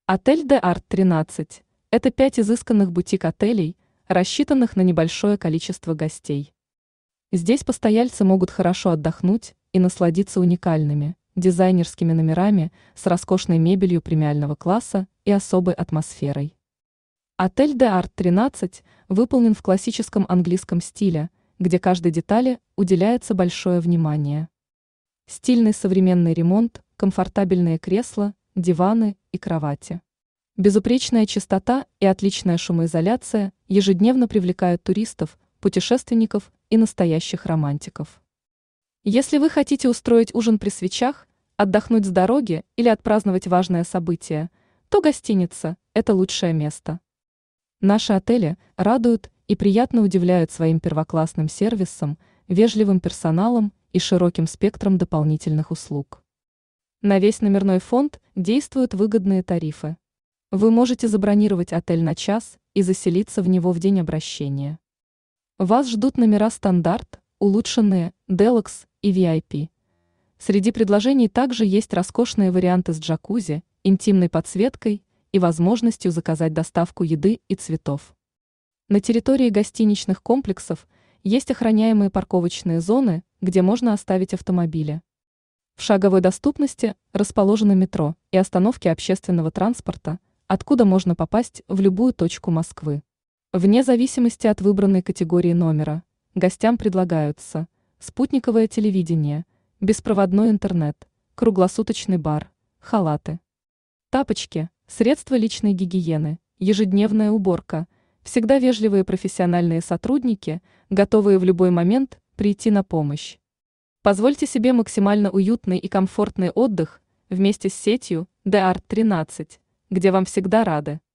Отель де Арт 13– это 5 изысканных бутик-отелей, рассчитанных на небольшое количество гостей. Здесь постояльцы могут хорошо отдохнуть и насладиться уникальными, дизайнерскими номерами с роскошной мебелью премиального класса и особой атмосферой. Отель де Арт 13 выполнен в классическом английском стиле, где каждой детали уделяется большое внимание. Стильный современный ремонт, комфортабельные кресла, диваны и кровати. Безупречная чистота и отличная шумоизоляция ежедневно привлекают туристов, путешественников и настоящих романтиков. Если вы хотите устроить ужин при свечах, отдохнуть с дороги или отпраздновать важное событие, то гостиница – это лучшее место. Наши отели радуют и приятно удивляют своим первоклассным сервисом, вежливым персоналом и широким спектром дополнительных услуг. На весь номерной фонд действуют выгодные тарифы. Вы можете забронировать отель на час и заселиться в него в день обращения. Вас ждут номера стандарт, улучшенные, Deluxe и VIP. Среди предложений также есть роскошные варианты с джакузи, интимной подсветкой и возможностью заказать доставку еды и цветов. На территории гостиничных комплексов есть охраняемые парковочные зоны, где можно оставить автомобили. В шаговой доступности расположено метро и остановки общественного транспорта, откуда можно попасть в любую точку Москвы. Вне зависимости от выбранной категории номера, гостям предлагаются спутниковое телевидение, беспроводной интернет, круглосуточный бар, халаты, тапочки, средства личной гигиены, ежедневная уборка, всегда вежливые профессиональные сотрудники, готовые в любой момент прийти на помощь. Позвольте себе максимально уютный и комфортный отдых вместе с сетью де Арт 13, где вам всегда рады.